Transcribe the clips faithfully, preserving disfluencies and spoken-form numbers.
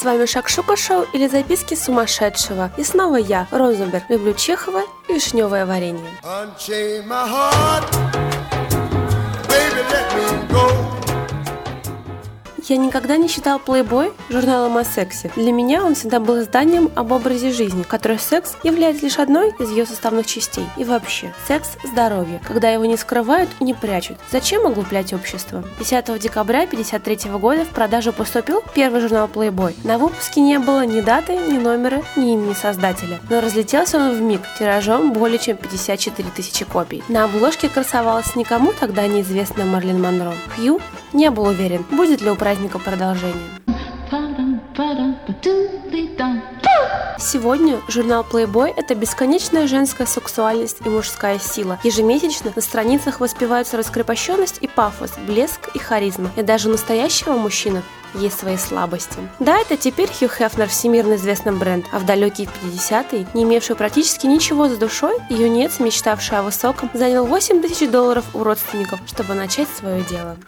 вами Шакшука Шоу или записки сумасшедшего. И снова я, Розенберг, люблю Чехова и вишневое варенье. Я никогда не читал Playboy журналом о сексе. Для меня он всегда был изданием об образе жизни, в которой секс является лишь одной из ее составных частей. И вообще, секс – здоровье, когда его не скрывают и не прячут. Зачем оглуплять общество? десятого декабря тысяча девятьсот пятьдесят третьего года в продажу поступил первый журнал Playboy. На выпуске не было ни даты, ни номера, ни имени создателя. Но разлетелся он вмиг тиражом более чем пятьдесят четыре тысячи копий. На обложке красовалась никому тогда неизвестная Марлин Монро. Хью не был уверен, будет ли у праздника продолжение. Сегодня журнал Playboy – это бесконечная женская сексуальность и мужская сила. Ежемесячно на страницах воспеваются раскрепощенность и пафос, блеск и харизма. И даже у настоящего мужчины есть свои слабости. Да, это теперь Хью Хефнер всемирно известный бренд, а в далекие пятидесятые, не имевший практически ничего за душой, юнец, мечтавший о высоком, занял восемь тысяч долларов у родственников, чтобы начать свое дело.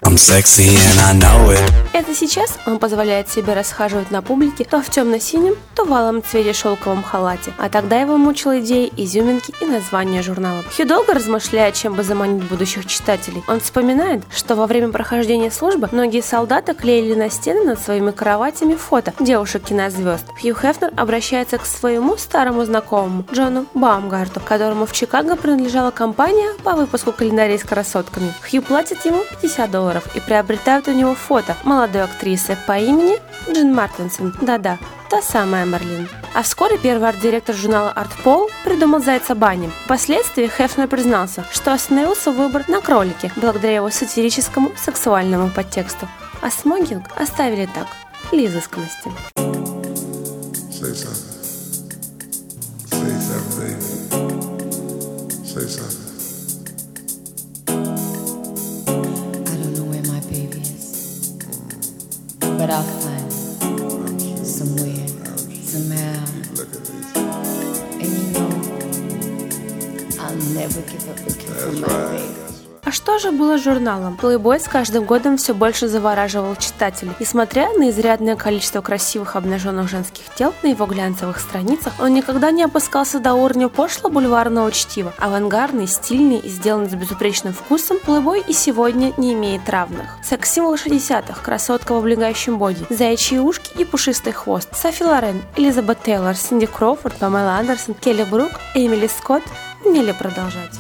Это сейчас он позволяет себе расхаживать на публике то в темно-синем, то в алом цвете шелковом халате, а тогда его мучила идея изюминки и названия журнала. Хью долго размышляет, чем бы заманить будущих читателей. Он вспоминает, что во время прохождения службы многие солдаты клеили на стены над своими кроватями фото девушек-кинозвезд. Хью Хефнер обращается к своему старому знакомому Джону Баумгарту, которому в Чикаго принадлежала компания по выпуску календарей с красотками. Хью платит ему пятьдесят долларов и приобретает у него фото молодой актрисы по имени Джин Мартинсон. Да-да, та самая Марлин. А вскоре первый арт-директор журнала Art Pol придумал зайца Банни. Впоследствии Хефнер признался, что остановился выбор на кролике, благодаря его сатирическому сексуальному подтексту. А смокинг оставили так, для изысканности. Say something. Say something, baby. Say something. I don't know where my baby is, but I'll find him somewhere, somehow. And you know, I'll never give up looking for my baby. А что же было с журналом? Playboy с каждым годом все больше завораживал читателей. Несмотря на изрядное количество красивых обнаженных женских тел на его глянцевых страницах, он никогда не опускался до уровня пошло-бульварного чтива. Авангардный, стильный и сделанный с безупречным вкусом, Playboy и сегодня не имеет равных. Секс-символ шестидесятых, красотка в облегающем боди, заячьи ушки и пушистый хвост. Софи Лорен, Элизабет Тейлор, Синди Кроуфорд, Памела Андерсон, Келли Брук, Эмили Скотт. Не ли продолжать?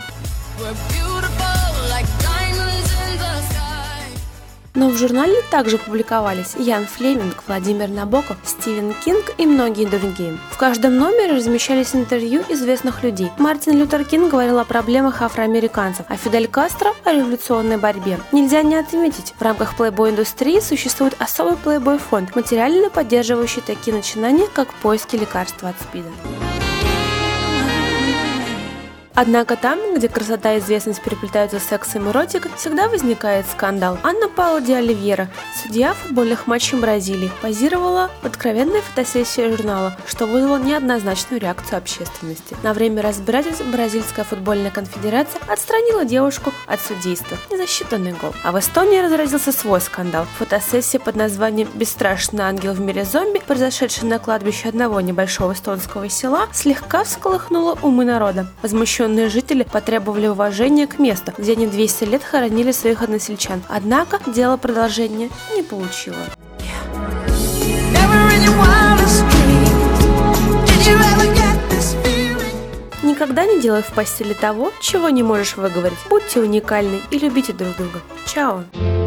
Но в журнале также публиковались Ян Флеминг, Владимир Набоков, Стивен Кинг и многие другие. В каждом номере размещались интервью известных людей. Мартин Лютер Кинг говорил о проблемах афроамериканцев, а Фидель Кастро – о революционной борьбе. Нельзя не отметить, в рамках плейбой-индустрии существует особый плейбой-фонд, материально поддерживающий такие начинания, как поиски лекарства от СПИДа. Однако там, где красота и известность переплетаются с сексом и эротикой, всегда возникает скандал. Анна Паула Ди Оливьера, судья футбольных матчей Бразилии, позировала в откровенной фотосессии журнала, что вызвало неоднозначную реакцию общественности. На время разбирательств Бразильская футбольная конфедерация отстранила девушку от судейства. Незасчитанный гол. А в Эстонии разразился свой скандал. Фотосессия под названием «Бесстрашный ангел в мире зомби», произошедшая на кладбище одного небольшого эстонского села, слегка всколыхнула умы народа. Возмущенные жители потребовали уважения к месту, где они двести лет хоронили своих односельчан. Однако дело продолжения не получило. Никогда не делай в постели того, чего не можешь выговорить. Будьте уникальны и любите друг друга. Чао!